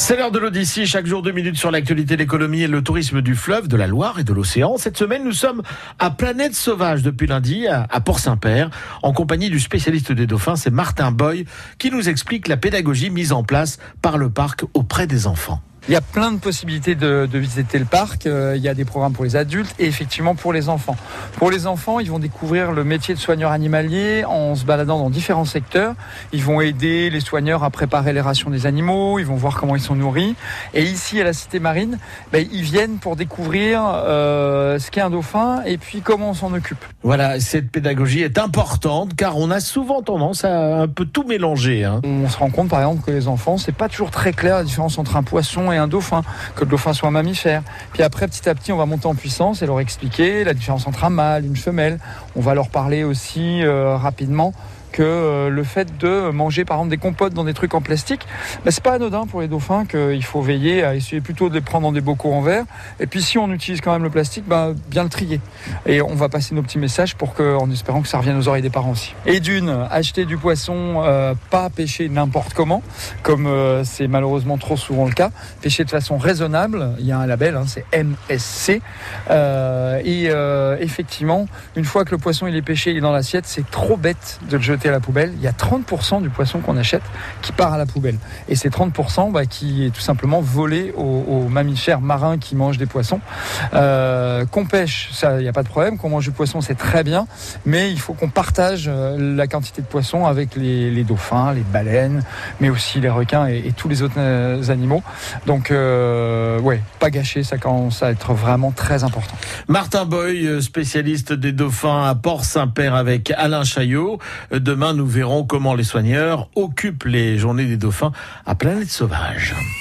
C'est l'heure de l'Odyssée, chaque jour 2 minutes sur l'actualité, l'économie et le tourisme du fleuve, de la Loire et de l'océan. Cette semaine, nous sommes à Planète Sauvage depuis lundi, à Port-Saint-Père, en compagnie du spécialiste des dauphins, c'est Martin Boy, qui nous explique la pédagogie mise en place par le parc auprès des enfants. Il y a plein de possibilités de visiter le parc. Il y a des programmes pour les adultes et effectivement pour les enfants. Pour les enfants, ils vont découvrir le métier de soigneur animalier en se baladant dans différents secteurs. Ils vont aider les soigneurs à préparer les rations des animaux. Ils vont voir comment ils sont nourris. Et ici, à la Cité Marine, ils viennent pour découvrir ce qu'est un dauphin et puis comment on s'en occupe. Voilà, cette pédagogie est importante car on a souvent tendance à un peu tout mélanger. On se rend compte, par exemple, que les enfants, c'est pas toujours très clair la différence entre un poisson et un dauphin, que le dauphin soit un mammifère. Puis après, petit à petit, on va monter en puissance et leur expliquer la différence entre un mâle, une femelle. On va leur parler aussi rapidement que le fait de manger par exemple des compotes dans des trucs en plastique, c'est pas anodin pour les dauphins, qu'il faut veiller à essayer plutôt de les prendre dans des bocaux en verre. Et puis si on utilise quand même le plastique, bien le trier. Et on va passer nos petits messages en espérant que ça revienne aux oreilles des parents aussi. Et acheter du poisson, pas pêcher n'importe comment, comme c'est malheureusement trop souvent le cas. Pêcher de façon raisonnable. Il y a un label, c'est MSC. Effectivement, une fois que le poisson il est pêché, il est dans l'assiette, c'est trop bête de le jeter à la poubelle. Il y a 30% du poisson qu'on achète qui part à la poubelle. Et c'est 30% qui est tout simplement volé aux mammifères marins qui mangent des poissons. Qu'on pêche, ça, il n'y a pas de problème. Qu'on mange du poisson, c'est très bien. Mais il faut qu'on partage la quantité de poissons avec les dauphins, les baleines, mais aussi les requins et tous les autres animaux. Donc, pas gâcher, ça commence à être vraiment très important. Martin Boy, spécialiste des dauphins à Port-Saint-Père avec Alain Chaillot. Demain, nous verrons comment les soigneurs occupent les journées des dauphins à Planète Sauvage.